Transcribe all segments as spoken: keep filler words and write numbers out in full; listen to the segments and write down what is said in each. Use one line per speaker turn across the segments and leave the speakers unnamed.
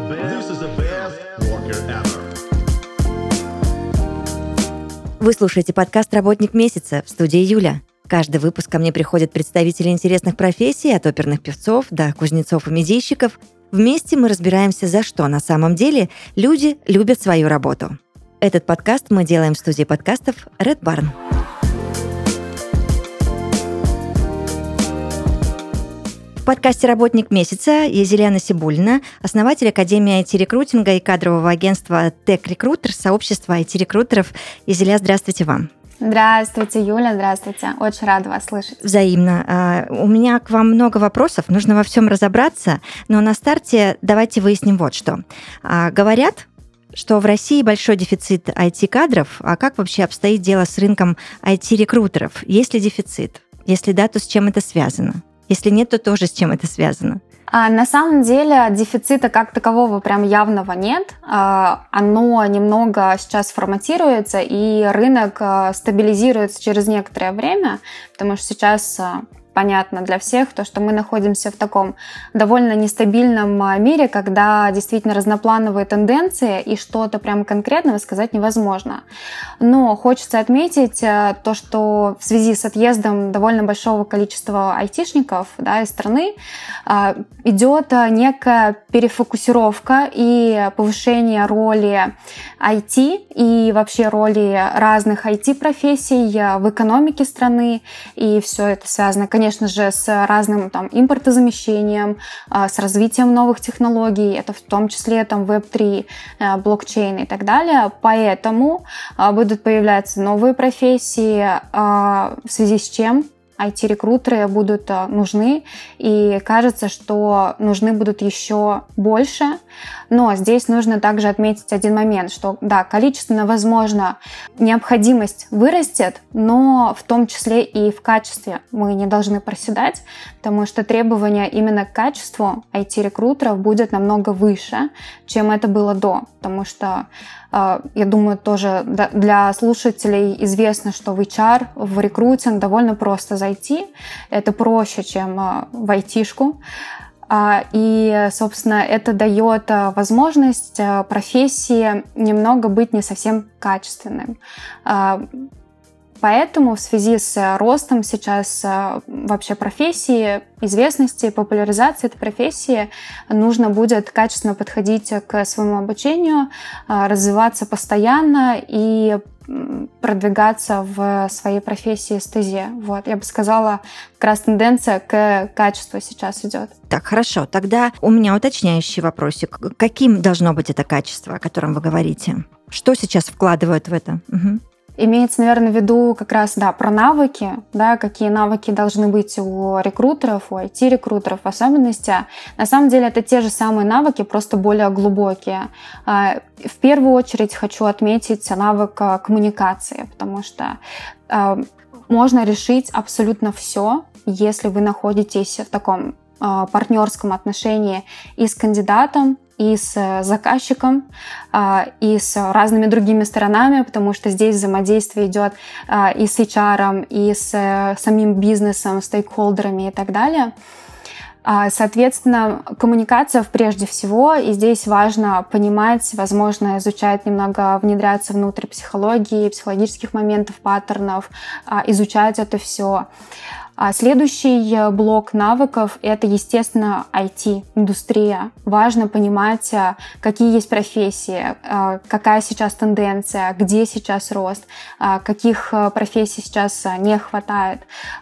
This is the best worker ever.
Вы слушаете подкаст «Работник месяца» в студии Юля. Каждый выпуск ко мне приходят представители интересных профессий, от оперных певцов до кузнецов и медийщиков. Вместе мы разбираемся, за что на самом деле люди любят свою работу. Этот подкаст мы делаем в студии подкастов Red Barn. В подкасте «Работник месяца» я Елена Сибулина, основатель Академии ай ти-рекрутинга и кадрового агентства Tech Recruiter, сообщества ай ти-рекрутеров. Езеля, здравствуйте вам.
Здравствуйте, Юля, здравствуйте. Очень рада вас слышать.
Взаимно. У меня к вам много вопросов, нужно во всем разобраться, но на старте давайте выясним вот что. Говорят, что в России большой дефицит ай ти-кадров, а как вообще обстоит дело с рынком ай ти-рекрутеров? Есть ли дефицит? Если да, то с чем это связано? Если нет, то тоже с чем это связано?
А на самом деле дефицита как такового прям явного нет. А, оно немного сейчас форматируется, и рынок стабилизируется через некоторое время, потому что сейчас понятно для всех, то, что мы находимся в таком довольно нестабильном мире, когда действительно разноплановые тенденции и что-то прям конкретного сказать невозможно. Но хочется отметить то, что в связи с отъездом довольно большого количества айтишников, да, из страны идет некая перефокусировка и повышение роли ай ти и вообще роли разных ай ти-профессий в экономике страны, и все это связано, конечно, Конечно же, с разным там, импортозамещением, с развитием новых технологий, это в том числе там, веб три, блокчейн и так далее. Поэтому будут появляться новые профессии, в связи с чем ай ти-рекрутеры будут нужны, и кажется, что нужны будут еще больше. Но здесь нужно также отметить один момент, что да, количественно, возможно, необходимость вырастет, но в том числе и в качестве мы не должны проседать, потому что требования именно к качеству ай ти-рекрутеров будет намного выше, чем это было до. Потому что, я думаю, тоже для слушателей известно, что в эйч ар, в рекрутинг довольно просто зайти. Это проще, чем в айтишку. И, собственно, это дает возможность профессии немного быть не совсем качественным. Поэтому в связи с ростом сейчас вообще профессии, известности, популяризации этой профессии нужно будет качественно подходить к своему обучению, развиваться постоянно и продвигаться в своей профессии, стезе. Вот, я бы сказала, как раз тенденция к качеству сейчас идет.
Так, хорошо. Тогда у меня уточняющий вопросик. Каким должно быть это качество, о котором вы говорите? Что сейчас вкладывают в это? Угу.
Имеется, наверное, в виду как раз, да, про навыки, да, какие навыки должны быть у рекрутеров, у ай ти-рекрутеров в особенности. На самом деле это те же самые навыки, просто более глубокие. В первую очередь хочу отметить навык коммуникации, потому что можно решить абсолютно все, если вы находитесь в таком партнерском отношении и с кандидатом, и с заказчиком, и с разными другими сторонами, потому что здесь взаимодействие идет и с эйч ар, и с самим бизнесом, стейкхолдерами и так далее. Соответственно, коммуникация прежде всего, и здесь важно понимать, возможно, изучать немного, внедряться внутрь психологии, психологических моментов, паттернов, изучать это все. Следующий блок навыков — это, естественно, ай ти-индустрия. Важно понимать, какие есть профессии, какая сейчас тенденция, где сейчас рост, каких профессий сейчас не хватает,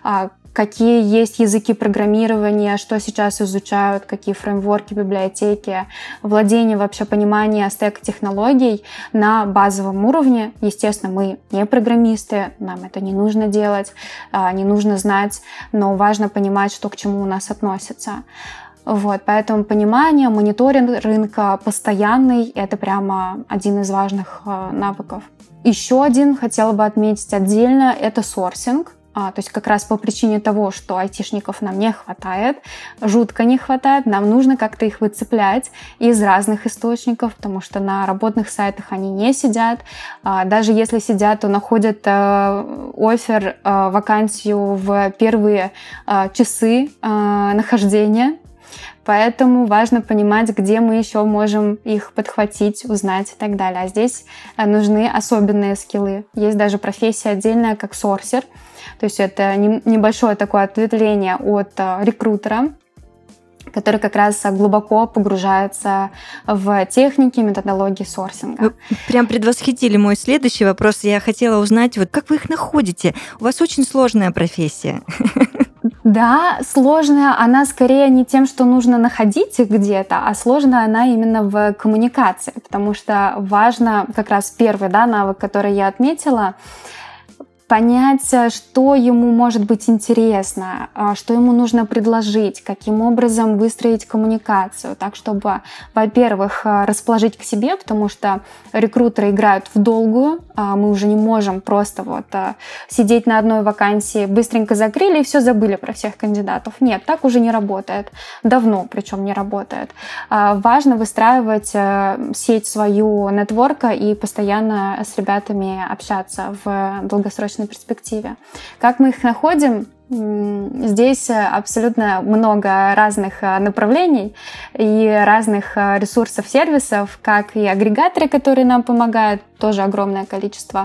какие есть языки программирования, что сейчас изучают, какие фреймворки, библиотеки, владение вообще понимание стек-технологий на базовом уровне. Естественно, мы не программисты, нам это не нужно делать, не нужно знать, но важно понимать, что к чему у нас относится. Вот, поэтому понимание, мониторинг рынка постоянный — это прямо один из важных навыков. Еще один хотела бы отметить отдельно — это сорсинг. А, то есть как раз по причине того, что айтишников нам не хватает, жутко не хватает, нам нужно как-то их выцеплять из разных источников, потому что на работных сайтах они не сидят. А, даже если сидят, то находят а, оффер, а, вакансию в первые а, часы а, нахождения. Поэтому важно понимать, где мы еще можем их подхватить, узнать и так далее. А здесь нужны особенные скиллы. Есть даже профессия отдельная, как сорсер. То есть это небольшое такое ответвление от рекрутера, который как раз глубоко погружается в техники, методологии сорсинга.
Вы прям предвосхитили мой следующий вопрос. Я хотела узнать, вот как вы их находите? У вас очень сложная профессия.
Да, сложная она скорее не тем, что нужно находить их где-то, а сложная она именно в коммуникации, потому что важно как раз первый, да, навык, который я отметила, понять, что ему может быть интересно, что ему нужно предложить, каким образом выстроить коммуникацию, так, чтобы, во-первых, расположить к себе, потому что рекрутеры играют в долгую, мы уже не можем просто вот сидеть на одной вакансии, быстренько закрыли и все, забыли про всех кандидатов. Нет, так уже не работает. Давно причем не работает. Важно выстраивать сеть свою нетворка и постоянно с ребятами общаться в долгосрочной перспективе. Как мы их находим? Здесь абсолютно много разных направлений и разных ресурсов, сервисов, как и агрегаторы, которые нам помогают, тоже огромное количество,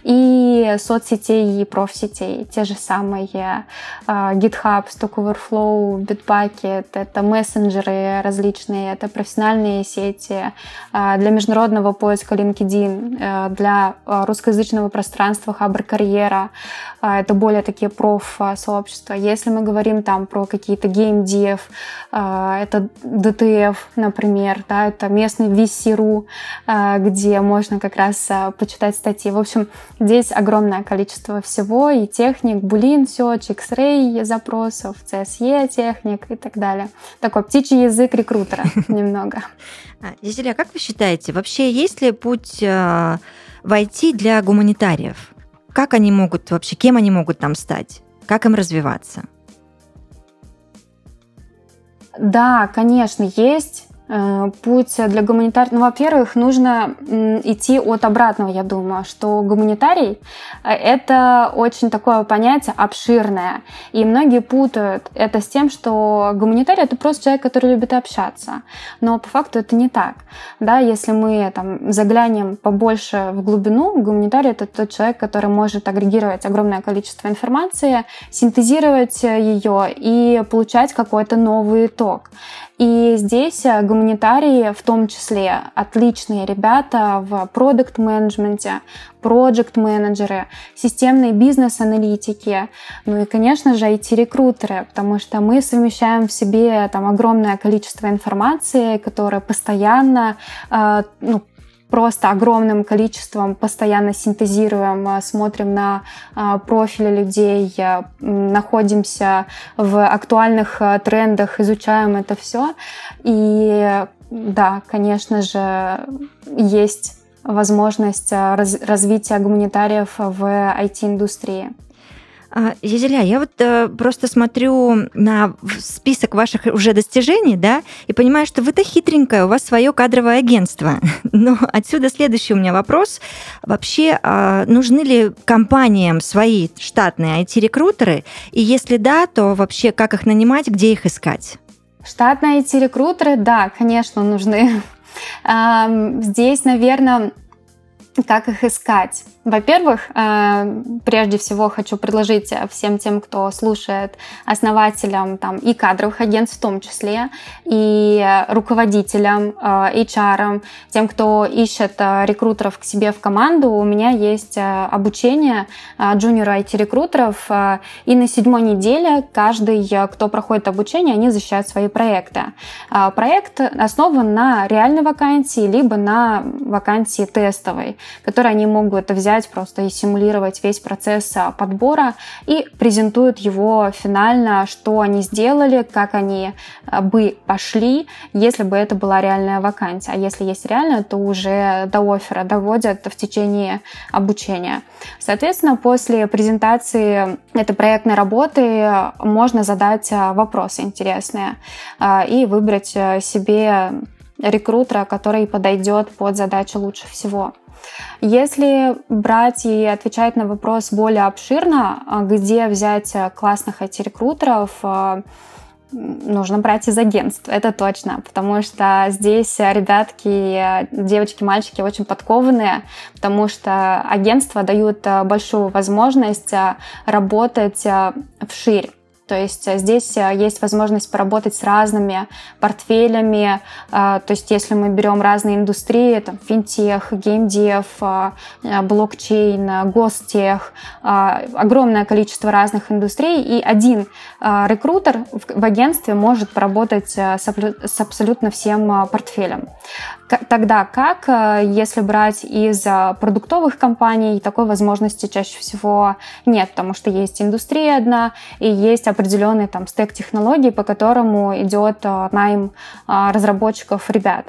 и соцсетей, и профсетей, те же самые uh, GitHub, Stack Overflow, Bitbucket, это мессенджеры различные, это профессиональные сети, uh, для международного поиска LinkedIn, uh, для uh, русскоязычного пространства Хабр Карьера, uh, это более такие проф-сообщества. Если мы говорим там про какие-то геймдев, uh, это ди ти эф, например, да, это местный ви си точка ру, uh, где можно как раз почитать статьи. В общем, здесь огромное количество всего, и техник, Boolean Search, X-Ray запросов, си эс и техник и так далее. Такой птичий язык рекрутера немного.
Езеля, как вы считаете, вообще есть ли путь в ай ти для гуманитариев? Как они могут вообще, кем они могут там стать? Как им развиваться?
Да, конечно, есть. Путь для гуманитариев, ну, во-первых, нужно идти от обратного, я думаю, что гуманитарий — это очень такое понятие обширное, и многие путают это с тем, что гуманитарий — это просто человек, который любит общаться, но по факту это не так, да, если мы там заглянем побольше в глубину, гуманитарий — это тот человек, который может агрегировать огромное количество информации, синтезировать ее и получать какой-то новый итог. И здесь гуманитарии, в том числе отличные ребята в продакт-менеджменте, проджект-менеджеры, системные бизнес-аналитики, ну и, конечно же, ай ти-рекрутеры, потому что мы совмещаем в себе там огромное количество информации, которая постоянно, э, ну, просто огромным количеством постоянно синтезируем, смотрим на профили людей, находимся в актуальных трендах, изучаем это все. И да, конечно же, есть возможность развития гуманитариев в ай ти-индустрии.
Езеля, я вот э, просто смотрю на список ваших уже достижений, да, и понимаю, что вы-то хитренькая, у вас свое кадровое агентство. Но отсюда следующий у меня вопрос. Вообще, э, нужны ли компаниям свои штатные ай ти-рекрутеры? И если да, то вообще как их нанимать, где их искать?
Штатные ай ти-рекрутеры, да, конечно, нужны. Здесь, наверное, как их искать? Во-первых, прежде всего хочу предложить всем тем, кто слушает, основателям там, и кадровых агентств в том числе, и руководителям, эйч ар, тем, кто ищет рекрутеров к себе в команду, у меня есть обучение джуниор ай ти-рекрутеров, и на седьмой неделе каждый, кто проходит обучение, они защищают свои проекты. Проект основан на реальной вакансии, либо на вакансии тестовой, которую они могут взять просто и симулировать весь процесс подбора и презентуют его финально, что они сделали, как они бы пошли, если бы это была реальная вакансия. А если есть реальная, то уже до оффера доводят в течение обучения. Соответственно, после презентации этой проектной работы можно задать вопросы интересные и выбрать себе рекрутера, который подойдет под задачу лучше всего. Если брать и отвечать на вопрос более обширно, где взять классных ай ти-рекрутеров, нужно брать из агентств, это точно, потому что здесь ребятки, девочки, мальчики очень подкованные, потому что агентства дают большую возможность работать вширь. То есть здесь есть возможность поработать с разными портфелями. То есть если мы берем разные индустрии, там, финтех, геймдев, блокчейн, гостех, огромное количество разных индустрий, и один рекрутер в агентстве может поработать с абсолютно всем портфелем. Тогда как, если брать из продуктовых компаний, такой возможности чаще всего нет, потому что есть индустрия одна и есть определенный там стек технологий, по которому идет найм разработчиков ребят.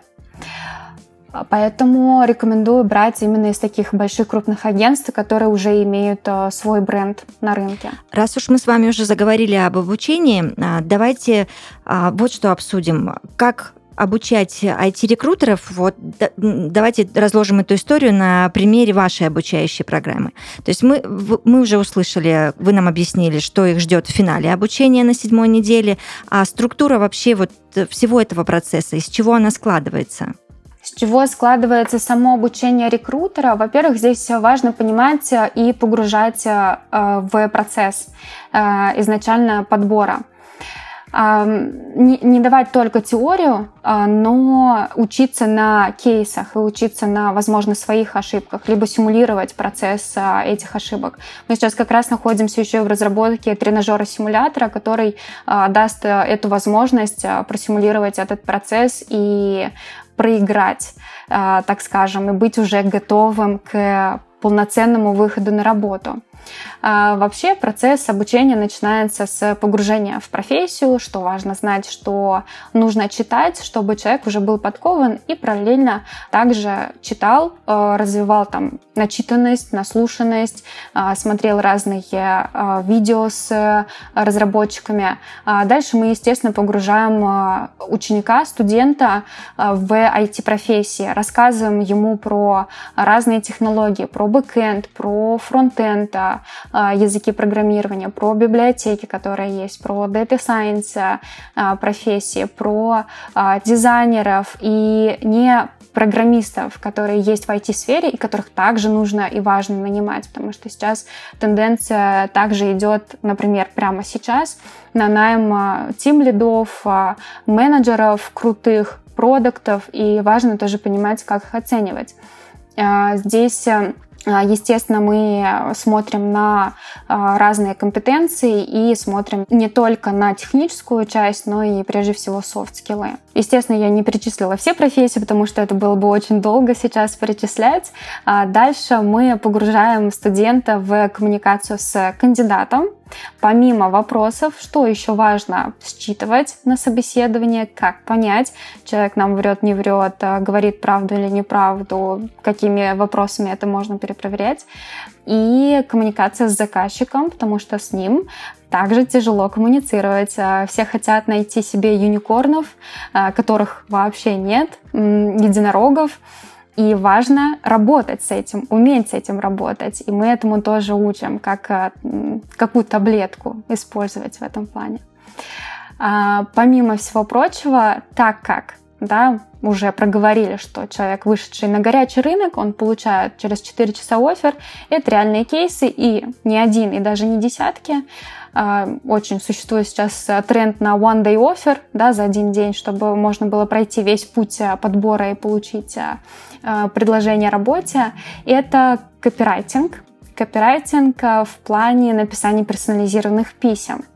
Поэтому рекомендую брать именно из таких больших крупных агентств, которые уже имеют свой бренд на рынке.
Раз уж мы с вами уже заговорили об обучении, давайте вот что обсудим. Как обучать ай ти-рекрутеров, вот давайте разложим эту историю на примере вашей обучающей программы. То есть мы, мы уже услышали, вы нам объяснили, что их ждет в финале обучения на седьмой неделе, а структура вообще вот всего этого процесса, из чего она складывается?
С чего складывается само обучение рекрутера? Во-первых, здесь важно понимать и погружать в процесс изначально подбора. Не, не давать только теорию, но учиться на кейсах и учиться на, возможно, своих ошибках, либо симулировать процесс этих ошибок. Мы сейчас как раз находимся еще в разработке тренажера-симулятора, который даст эту возможность просимулировать этот процесс и проиграть, так скажем, и быть уже готовым к полноценному выходу на работу. А вообще процесс обучения начинается с погружения в профессию, что важно знать, что нужно читать, чтобы человек уже был подкован и параллельно также читал, развивал там начитанность, наслушанность, смотрел разные видео с разработчиками. Дальше мы, естественно, погружаем ученика, студента в ай ти-профессии, рассказываем ему про разные технологии, про бэкэнд, про фронтенд, языки программирования, про библиотеки, которые есть, про Data Science профессии, про дизайнеров и не программистов, которые есть в ай ти-сфере и которых также нужно и важно нанимать, потому что сейчас тенденция также идет, например, прямо сейчас на найм тимлидов, менеджеров крутых, продуктов, и важно тоже понимать, как их оценивать. Здесь естественно, мы смотрим на разные компетенции и смотрим не только на техническую часть, но и прежде всего софт-скиллы. Естественно, я не перечислила все профессии, потому что это было бы очень долго сейчас перечислять. Дальше мы погружаем студента в коммуникацию с кандидатом. Помимо вопросов, что еще важно считывать на собеседовании, как понять, человек нам врет, не врет, говорит правду или неправду, какими вопросами это можно перепроверять. И коммуникация с заказчиком, потому что с ним также тяжело коммуницировать. Все хотят найти себе юникорнов, которых вообще нет, единорогов. И важно работать с этим, уметь с этим работать. И мы этому тоже учим, как какую таблетку использовать в этом плане. А, помимо всего прочего, так как да, уже проговорили, что человек, вышедший на горячий рынок, он получает через четыре часа оффер. Это реальные кейсы, и не один, и даже не десятки. Очень существует сейчас тренд на one day offer, да, за один день, чтобы можно было пройти весь путь подбора и получить предложение о работе. Это копирайтинг. Копирайтинг в плане написания персонализированных писем,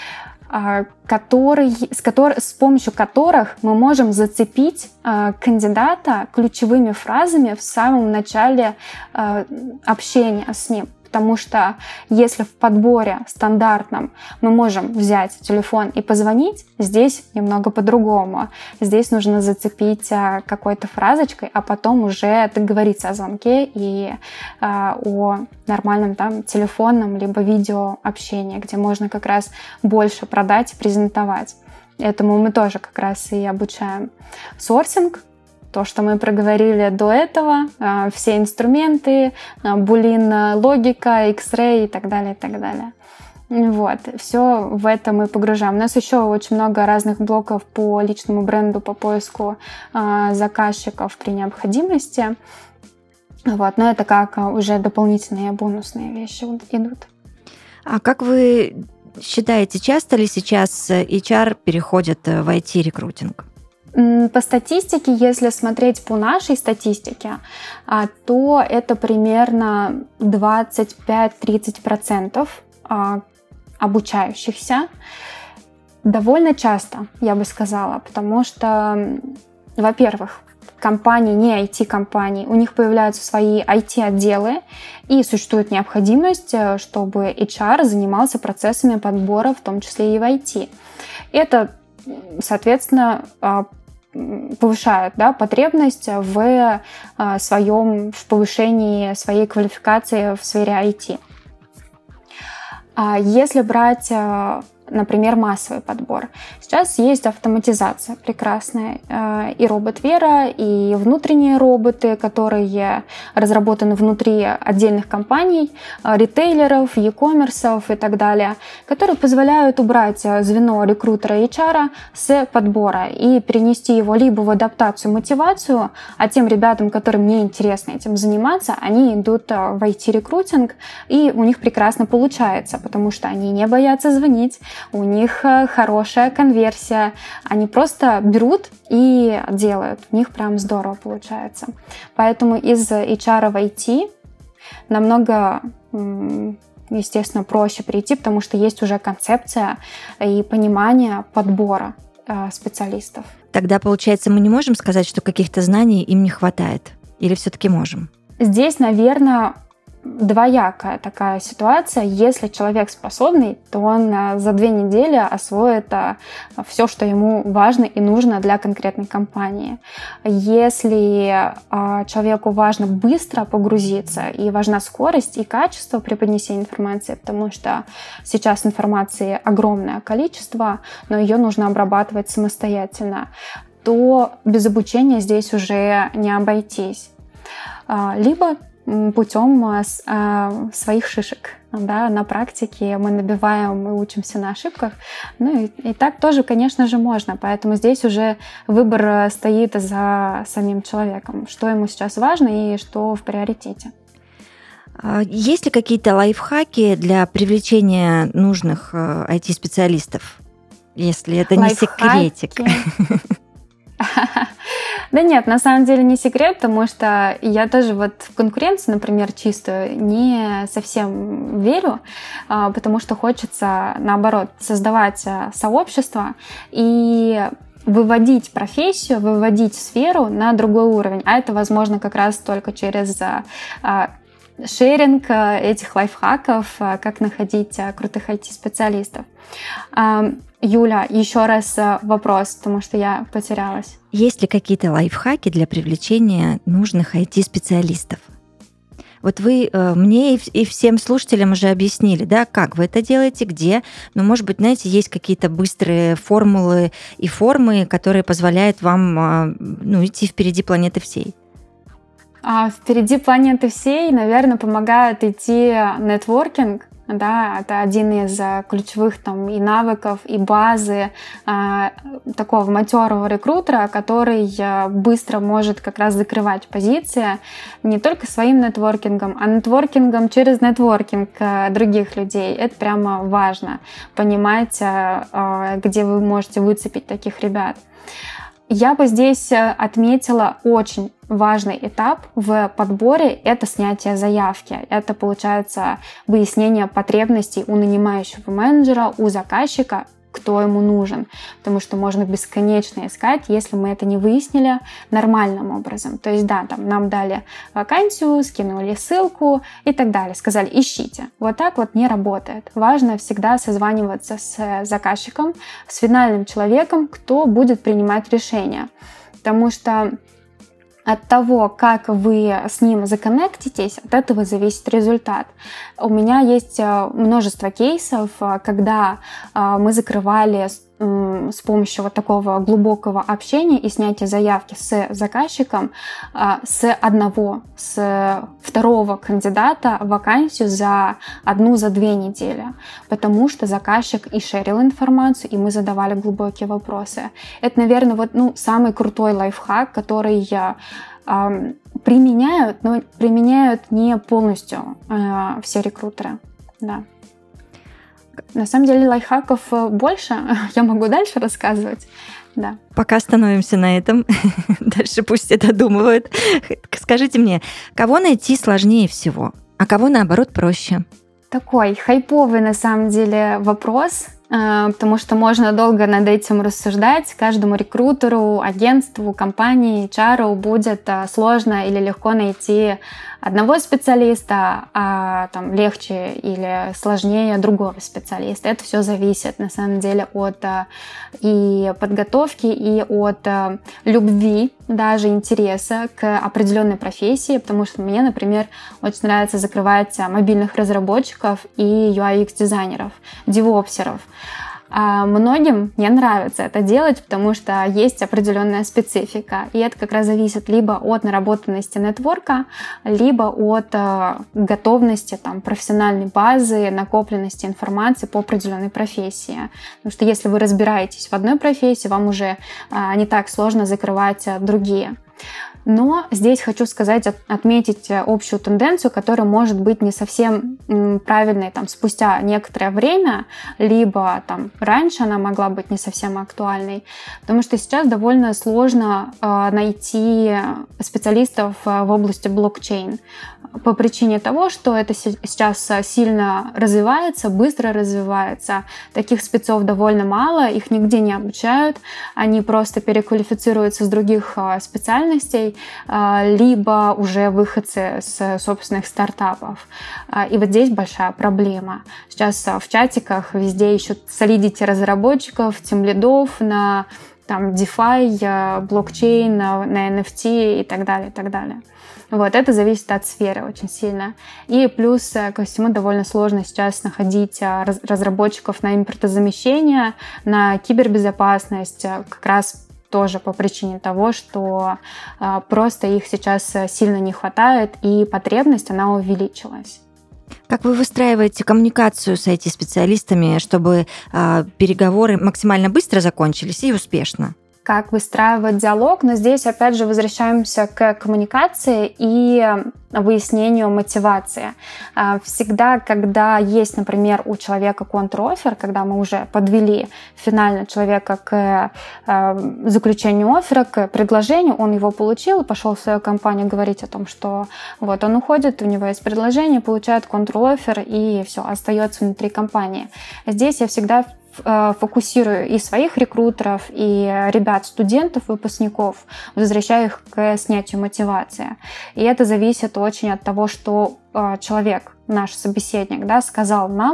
который, с, который, с помощью которых мы можем зацепить э, кандидата ключевыми фразами в самом начале э, общения с ним. Потому что если в подборе стандартном мы можем взять телефон и позвонить, здесь немного по-другому. Здесь нужно зацепить какой-то фразочкой, а потом уже договориться о звонке и э, о нормальном там телефонном либо видеообщении, где можно как раз больше продать и презентовать. Этому мы тоже как раз и обучаем. Сорсинг. То, что мы проговорили до этого, все инструменты, булин логика, X-ray и так далее, и так далее. Вот, все в это мы погружаем. У нас еще очень много разных блоков по личному бренду, по поиску э, заказчиков при необходимости. Вот, но это как уже дополнительные бонусные вещи идут.
А как вы считаете, часто ли сейчас эйч ар переходит в ай ти-рекрутинг?
По статистике, если смотреть по нашей статистике, то это примерно двадцать пять - тридцать процентов обучающихся. Довольно часто, я бы сказала, потому что, во-первых, компании, не ай ти-компании, у них появляются свои ай ти-отделы, и существует необходимость, чтобы эйч ар занимался процессами подбора, в том числе и в ай ти. Это, соответственно, повышает, да, потребность в своем, в повышении своей квалификации в сфере ай ти. Если брать, например, массовый подбор. Сейчас есть автоматизация прекрасная. И робот Вера, и внутренние роботы, которые разработаны внутри отдельных компаний, ритейлеров, e-commerce и так далее, которые позволяют убрать звено рекрутера и эйч ар с подбора и перенести его либо в адаптацию, мотивацию, а тем ребятам, которым не интересно этим заниматься, они идут в ай ти-рекрутинг, и у них прекрасно получается, потому что они не боятся звонить, у них хорошая конверсия, они просто берут и делают, у них прям здорово получается. Поэтому из эйч ар в ай ти намного, естественно, проще перейти, потому что есть уже концепция и понимание подбора специалистов.
Тогда, получается, мы не можем сказать, что каких-то знаний им не хватает? Или все-таки можем?
Здесь, наверное, двоякая такая ситуация. Если человек способный, то он за две недели освоит все, что ему важно и нужно для конкретной компании. Если человеку важно быстро погрузиться, и важна скорость и качество преподнесения информации, потому что сейчас информации огромное количество, но ее нужно обрабатывать самостоятельно, то без обучения здесь уже не обойтись. Либо путем своих шишек. Да, на практике мы набиваем и учимся на ошибках. Ну и, и так тоже, конечно же, можно. Поэтому здесь уже выбор стоит за самим человеком, что ему сейчас важно и что в приоритете.
Есть ли какие-то лайфхаки для привлечения нужных ай ти-специалистов, если это не секретик?
Да нет, на самом деле не секрет, потому что я тоже вот в конкуренцию, например, чистую, не совсем верю, потому что хочется, наоборот, создавать сообщество и выводить профессию, выводить сферу на другой уровень. А это возможно как раз только через шеринг этих лайфхаков, как находить крутых ай ти-специалистов. Юля, еще раз вопрос, потому что я потерялась.
Есть ли какие-то лайфхаки для привлечения нужных ай ти-специалистов? Вот вы э, мне и, и всем слушателям уже объяснили, да, как вы это делаете, где, но, может быть, знаете, есть какие-то быстрые формулы и формы, которые позволяют вам э, ну, идти впереди планеты всей.
А впереди планеты всей, наверное, помогает идти нетворкинг. Да, это один из ключевых там и навыков, и базы э, такого матерого рекрутера, который быстро может как раз закрывать позиции не только своим нетворкингом, а нетворкингом через нетворкинг других людей. Это прямо важно, понимать, э, где вы можете выцепить таких ребят. Я бы здесь отметила очень важный этап в подборе – это снятие заявки. Это, получается, выяснение потребностей у нанимающего менеджера, у заказчика, кто ему нужен. Потому что можно бесконечно искать, если мы это не выяснили нормальным образом. То есть, да, там нам дали вакансию, скинули ссылку и так далее. Сказали, ищите. Вот так вот не работает. Важно всегда созваниваться с заказчиком, с финальным человеком, кто будет принимать решение. Потому что от того, как вы с ним законнектитесь, от этого зависит результат. У меня есть множество кейсов, когда мы закрывали с помощью вот такого глубокого общения и снятия заявки с заказчиком с одного, с второго кандидата вакансию за одну, за две недели, потому что заказчик и шерил информацию, и мы задавали глубокие вопросы. Это, наверное, вот, ну, самый крутой лайфхак, который я э, применяют, но применяют не полностью э, все рекрутеры. Да. На самом деле лайфхаков больше, я могу дальше рассказывать. Да.
Пока остановимся на этом, дальше пусть все додумывают. Скажите мне, кого найти сложнее всего, а кого, наоборот, проще?
Такой хайповый, на самом деле, вопрос, потому что можно долго над этим рассуждать. Каждому рекрутеру, агентству, компании, эйч ар будет сложно или легко найти одного специалиста, а там легче или сложнее другого специалиста. Это все зависит, на самом деле, от и подготовки, и от любви, даже интереса к определенной профессии, потому что мне, например, очень нравится закрывать мобильных разработчиков и ю ай ю экс-дизайнеров, девопсеров. А многим не нравится это делать, потому что есть определенная специфика. И это как раз зависит либо от наработанности нетворка, либо от э, готовности там, профессиональной базы, накопленности информации по определенной профессии. Потому что если вы разбираетесь в одной профессии, вам уже э, не так сложно закрывать э, другие. Но здесь хочу сказать, отметить общую тенденцию, которая может быть не совсем правильной там, спустя некоторое время, либо там, раньше она могла быть не совсем актуальной, потому что сейчас довольно сложно э, найти специалистов в области блокчейн по причине того, что это сейчас сильно развивается, быстро развивается. Таких спецов довольно мало, их нигде не обучают, они просто переквалифицируются с других специальностей, либо уже выходцы с собственных стартапов. И вот здесь большая проблема. Сейчас в чатиках везде ищут солидити разработчиков, тимлидов на там, DeFi, блокчейн, на, на эн эф ти и так далее, и так далее. Вот, это зависит от сферы очень сильно. И плюс ко всему довольно сложно сейчас находить разработчиков на импортозамещение, на кибербезопасность, как раз тоже по причине того, что а, просто их сейчас сильно не хватает, и потребность, она увеличилась.
Как вы выстраиваете коммуникацию с ай ти-специалистами, чтобы а, переговоры максимально быстро закончились и успешно?
Как выстраивать диалог, но здесь опять же возвращаемся к коммуникации и выяснению мотивации. Всегда, когда есть, например, у человека контр-оффер, когда мы уже подвели финально человека к заключению оффера, к предложению, он его получил, пошел в свою компанию говорить о том, что вот он уходит, у него есть предложение, получает контр-оффер и все, остается внутри компании. Здесь я всегда фокусирую и своих рекрутеров, и ребят, студентов, выпускников, возвращаю их к снятию мотивации. И это зависит очень от того, что человек, наш собеседник, да, сказал нам,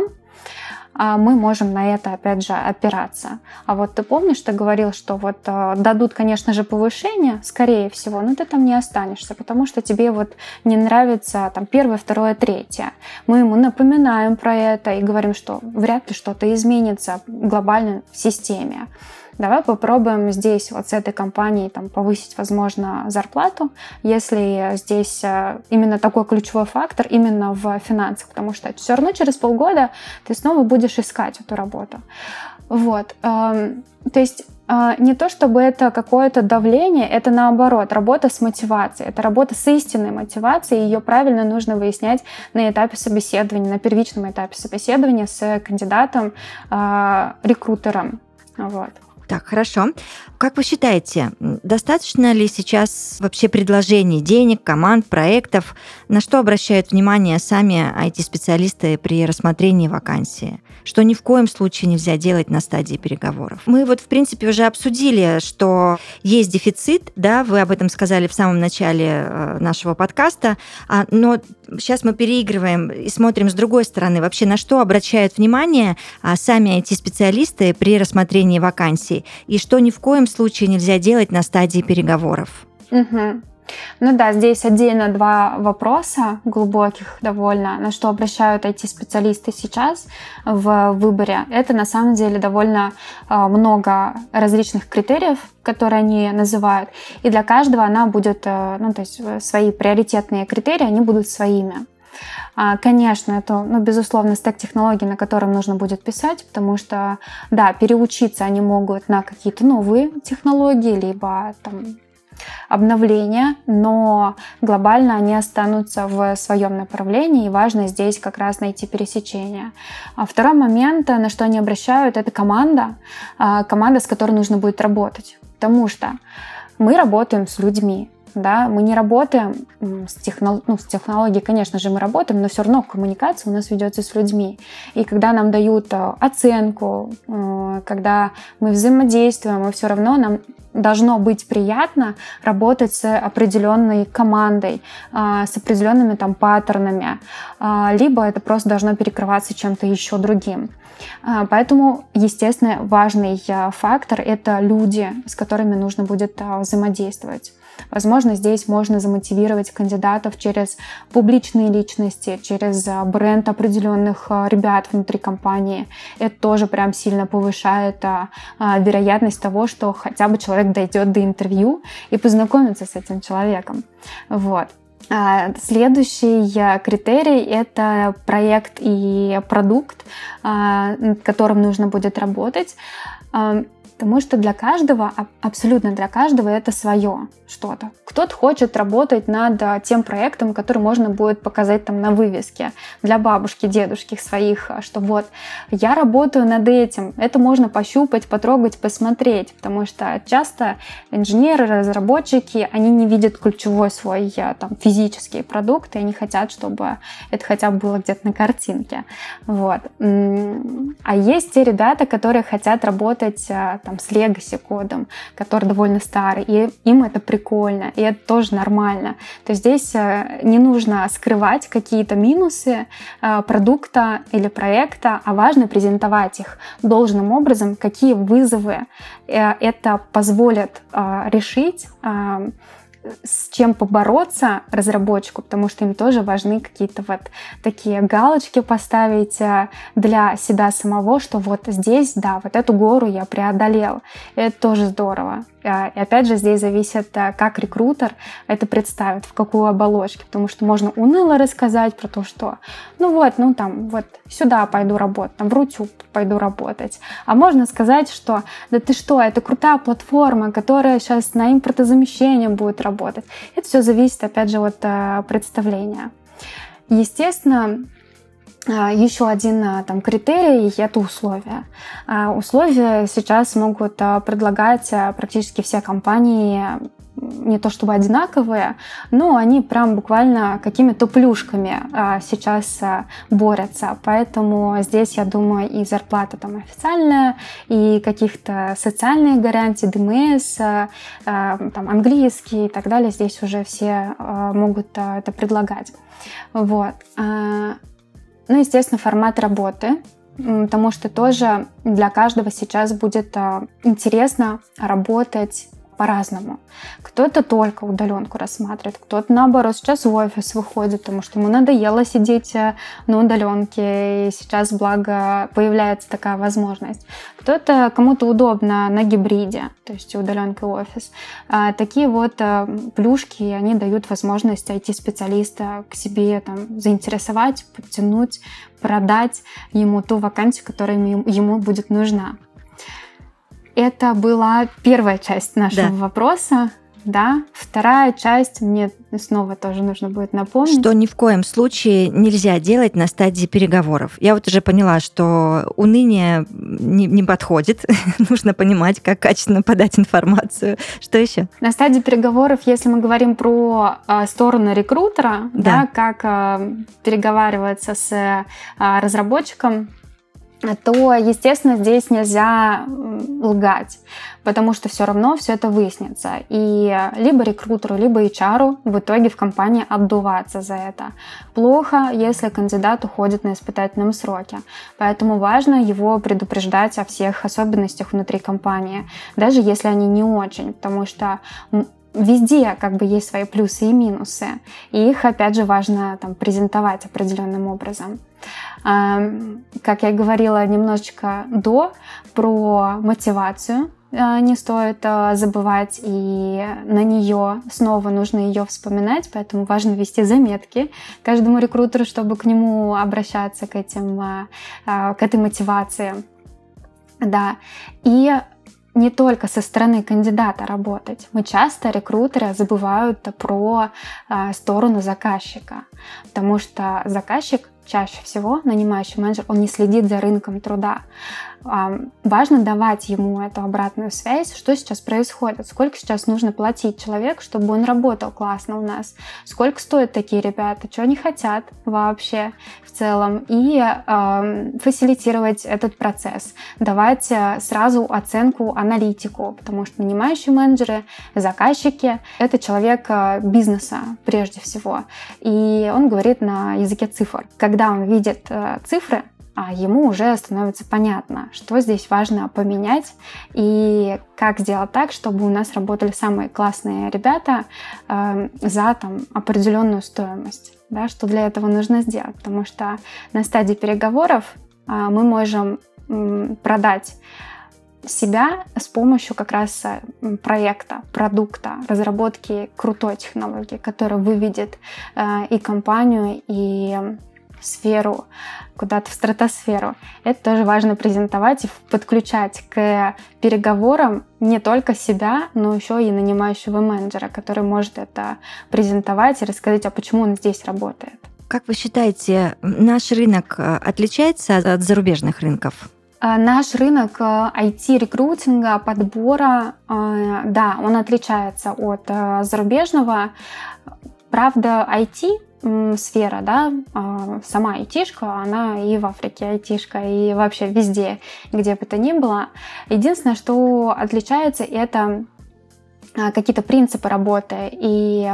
а мы можем на это, опять же, опираться. А вот ты помнишь, ты говорил, что вот э, дадут, конечно же, повышение, скорее всего, но ты там не останешься, потому что тебе вот не нравится там первое, второе, третье. Мы ему напоминаем про это и говорим, что вряд ли что-то изменится глобально в системе. Давай попробуем здесь вот с этой компанией там, повысить, возможно, зарплату, если здесь именно такой ключевой фактор именно в финансах, потому что все равно через полгода ты снова будешь искать эту работу. Вот. То есть не то, чтобы это какое-то давление, это наоборот, работа с мотивацией, это работа с истинной мотивацией, ее правильно нужно выяснять на этапе собеседования, на первичном этапе собеседования с кандидатом, рекрутером. Вот.
Так, хорошо. Как вы считаете, достаточно ли сейчас вообще предложений денег, команд, проектов? На что обращают внимание сами ай ти-специалисты при рассмотрении вакансии? Что ни в коем случае нельзя делать на стадии переговоров? Мы вот, в принципе, уже обсудили, что есть дефицит, да, вы об этом сказали в самом начале нашего подкаста, но сейчас мы переигрываем и смотрим с другой стороны. Вообще, на что обращают внимание сами ай ти-специалисты при рассмотрении вакансий? И что ни в коем случае нельзя делать на стадии переговоров?
Угу. Ну да, здесь отдельно два вопроса глубоких довольно, на что обращают ай ти-специалисты сейчас в выборе. Это на самом деле довольно много различных критериев, которые они называют, и для каждого она будет, ну то есть свои приоритетные критерии, они будут своими. Конечно, это, ну, безусловно, стек технологий, на котором нужно будет писать, потому что, да, переучиться они могут на какие-то новые технологии, либо там обновления, но глобально они останутся в своем направлении, и важно здесь как раз найти пересечение. А второй момент, на что они обращают, это команда, команда, с которой нужно будет работать, потому что мы работаем с людьми. Да, мы не работаем с, техно, ну, с технологией, конечно же, мы работаем, но все равно коммуникация у нас ведется с людьми. И когда нам дают оценку, когда мы взаимодействуем, мы все равно нам должно быть приятно работать с определенной командой, с определенными там паттернами, либо это просто должно перекрываться чем-то еще другим. Поэтому, естественно, важный фактор — это люди, с которыми нужно будет взаимодействовать. Возможно, здесь можно замотивировать кандидатов через публичные личности, через бренд определенных ребят внутри компании. Это тоже прям сильно повышает вероятность того, что хотя бы человек дойдет до интервью и познакомится с этим человеком. Вот. Следующий критерий — это проект и продукт, над которым нужно будет работать. Потому что для каждого, абсолютно для каждого это свое что-то. Кто-то хочет работать над тем проектом, который можно будет показать там на вывеске для бабушки, дедушки своих, что вот я работаю над этим. Это можно пощупать, потрогать, посмотреть, потому что часто инженеры, разработчики, они не видят ключевой свой там физический продукт, и они хотят, чтобы это хотя бы было где-то на картинке. Вот. А есть те ребята, которые хотят работать там, с легаси-кодом, который довольно старый, и им это прикольно, и это тоже нормально. То есть здесь не нужно скрывать какие-то минусы продукта или проекта, а важно презентовать их должным образом, какие вызовы это позволит решить, с чем побороться разработчику, потому что им тоже важны какие-то вот такие галочки поставить для себя самого, что вот здесь, да, вот эту гору я преодолел. И это тоже здорово. И опять же, здесь зависит, как рекрутер это представит, в какую оболочку, потому что можно уныло рассказать про то, что ну вот, ну там, вот сюда пойду работать, там в Рутюб пойду работать. А можно сказать, что да ты что, это крутая платформа, которая сейчас на импортозамещение будет работать. Это все зависит, опять же, от представления. Естественно, еще один там критерий — это условия. Условия сейчас могут предлагать практически все компании, не то чтобы одинаковые, но они прям буквально какими-то плюшками сейчас борются. Поэтому здесь, я думаю, и зарплата там официальная, и каких-то социальные гарантии, ди эм эс, там, английский и так далее, здесь уже все могут это предлагать. Вот. Ну, естественно, формат работы, потому что тоже для каждого сейчас будет интересно работать по-разному. Кто-то только удаленку рассматривает, кто-то, наоборот, сейчас в офис выходит, потому что ему надоело сидеть на удаленке, и сейчас, благо, появляется такая возможность. Кто-то, кому-то удобно на гибриде, то есть удаленка и офис. А такие вот плюшки, они дают возможность ай ти-специалиста к себе там заинтересовать, подтянуть, продать ему ту вакансию, которая ему будет нужна. Это была первая часть нашего да. вопроса. Да. Вторая часть, мне снова тоже нужно будет напомнить.
Что ни в коем случае нельзя делать на стадии переговоров. Я вот уже поняла, что уныние не, не подходит. Нужно понимать, как качественно подать информацию. Что еще?
На стадии переговоров, если мы говорим про э, сторону рекрутера, да. Да, как э, переговариваться с э, разработчиком, то, естественно, здесь нельзя лгать, потому что все равно все это выяснится. И либо рекрутеру, либо эйч ар в итоге в компании отдуваться за это. Плохо, если кандидат уходит на испытательном сроке. Поэтому важно его предупреждать о всех особенностях внутри компании, даже если они не очень, потому что везде как бы есть свои плюсы и минусы, и их, опять же, важно там презентовать определенным образом. Как я говорила немножечко до, про мотивацию не стоит забывать, и на нее снова нужно ее вспоминать, поэтому важно вести заметки каждому рекрутеру, чтобы к нему обращаться, к, этим, к этой мотивации. Да. И не только со стороны кандидата работать. Мы часто, рекрутеры, забывают про сторону заказчика, потому что заказчик чаще всего, нанимающий менеджер, он не следит за рынком труда. Важно давать ему эту обратную связь, что сейчас происходит, сколько сейчас нужно платить человеку, чтобы он работал классно у нас, сколько стоят такие ребята, что они хотят вообще в целом, и э, фасилитировать этот процесс, давать сразу оценку, аналитику, потому что нанимающие менеджеры, заказчики — это человек бизнеса прежде всего, и он говорит на языке цифр. Когда он видит э, цифры, а ему уже становится понятно, что здесь важно поменять и как сделать так, чтобы у нас работали самые классные ребята э, за там, определенную стоимость. Да, что для этого нужно сделать, потому что на стадии переговоров э, мы можем э, продать себя с помощью как раз проекта, продукта, разработки крутой технологии, которая выведет э, и компанию, и сферу куда-то в стратосферу. Это тоже важно презентовать и подключать к переговорам не только себя, но еще и нанимающего менеджера, который может это презентовать и рассказать, а почему он здесь работает.
Как вы считаете, наш рынок отличается от зарубежных рынков?
Наш рынок ай ти-рекрутинга, подбора, да, он отличается от зарубежного. Правда, ай ти сфера, да, сама айтишка, она и в Африке айтишка, и вообще везде, где бы то ни было. Единственное, что отличается, это какие-то принципы работы и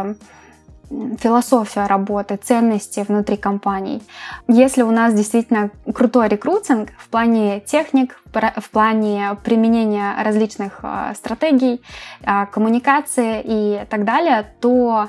философия работы, ценности внутри компаний. Если у нас действительно крутой рекрутинг в плане техник, в плане применения различных стратегий, коммуникации и так далее, то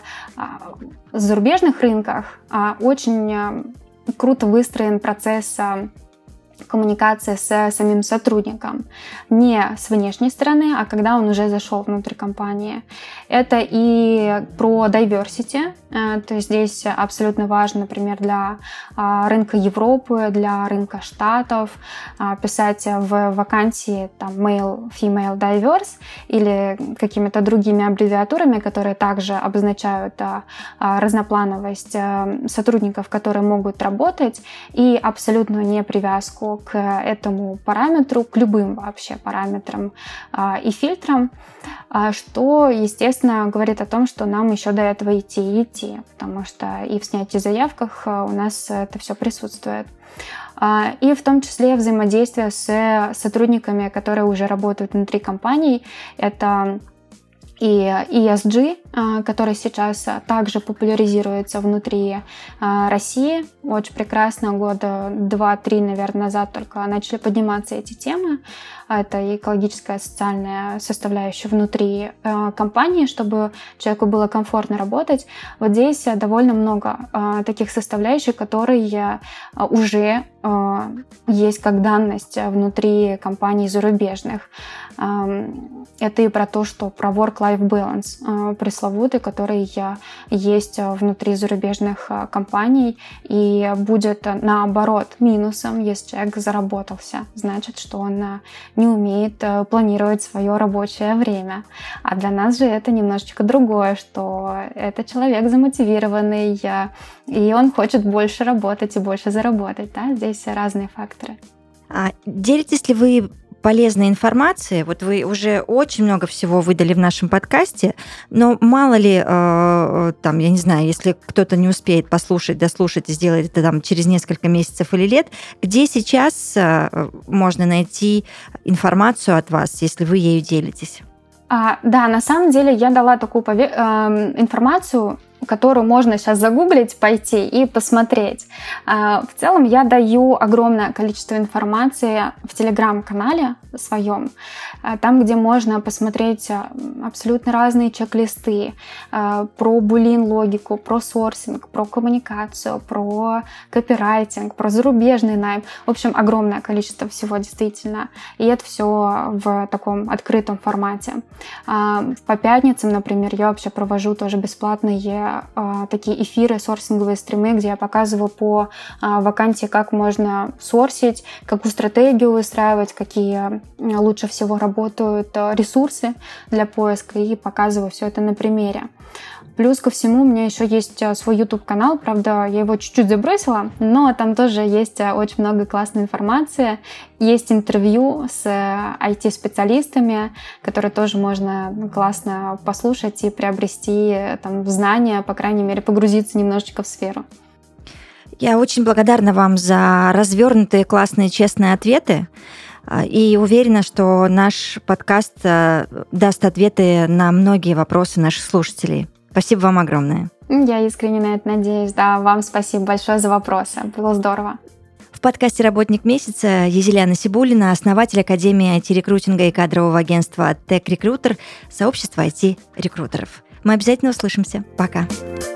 в зарубежных рынках очень круто выстроен процесс коммуникации с самим сотрудником. Не с внешней стороны, а когда он уже зашел внутрь компании. Это и про diversity, то есть здесь абсолютно важно, например, для рынка Европы, для рынка Штатов писать в вакансии там male, female, diverse или какими-то другими аббревиатурами, которые также обозначают разноплановость сотрудников, которые могут работать, и абсолютную непривязку к этому параметру, к любым вообще параметрам и фильтрам, что, естественно, говорит о том, что нам еще до этого идти и идти, потому что и в снятии заявках у нас это все присутствует. И в том числе взаимодействие с сотрудниками, которые уже работают внутри компаний. Это и и эс джи, который сейчас также популяризируется внутри России. Очень прекрасно, года два-три, наверное, назад только начали подниматься эти темы. Это и экологическая, социальная составляющая внутри компании, чтобы человеку было комфортно работать. Вот здесь довольно много таких составляющих, которые уже есть как данность внутри компаний зарубежных. Это и про то, что про work-life balance пресловутый, который есть внутри зарубежных компаний, и будет наоборот минусом, если человек заработался. Значит, что он не умеет планировать свое рабочее время. А для нас же это немножечко другое, что это человек замотивированный, и он хочет больше работать и больше заработать. Да? Здесь разные факторы.
А делитесь ли вы полезной информацией? Вот вы уже очень много всего выдали в нашем подкасте, но мало ли, э, там, я не знаю, если кто-то не успеет послушать, дослушать и сделать это там через несколько месяцев или лет, где сейчас э, можно найти информацию от вас, если вы ею делитесь?
А, да, на самом деле я дала такую пове- э, информацию которую можно сейчас загуглить, пойти и посмотреть. В целом я даю огромное количество информации в телеграм-канале своем, там, где можно посмотреть абсолютно разные чек-листы про булин-логику, про сорсинг, про коммуникацию, про копирайтинг, про зарубежный найм. В общем, огромное количество всего действительно. И это все в таком открытом формате. По пятницам, например, я вообще провожу тоже бесплатные такие эфиры, сорсинговые стримы, где я показываю по вакансии, как можно сорсить, какую стратегию выстраивать, какие лучше всего работают ресурсы для поиска, и показываю все это на примере. Плюс ко всему у меня еще есть свой YouTube-канал, правда, я его чуть-чуть забросила, но там тоже есть очень много классной информации. Есть интервью с ай ти-специалистами, которые тоже можно классно послушать и приобрести там знания, по крайней мере, погрузиться немножечко в сферу.
Я очень благодарна вам за развернутые, классные, честные ответы. И уверена, что наш подкаст даст ответы на многие вопросы наших слушателей. Спасибо вам огромное.
Я искренне на это надеюсь. Да, вам спасибо большое за вопросы. Было здорово.
В подкасте «Работник месяца» Езеляна Сибулина, основатель Академии ай ти-рекрутинга и кадрового агентства Tech Recruiter, сообщества ай ти-рекрутеров. Мы обязательно услышимся. Пока.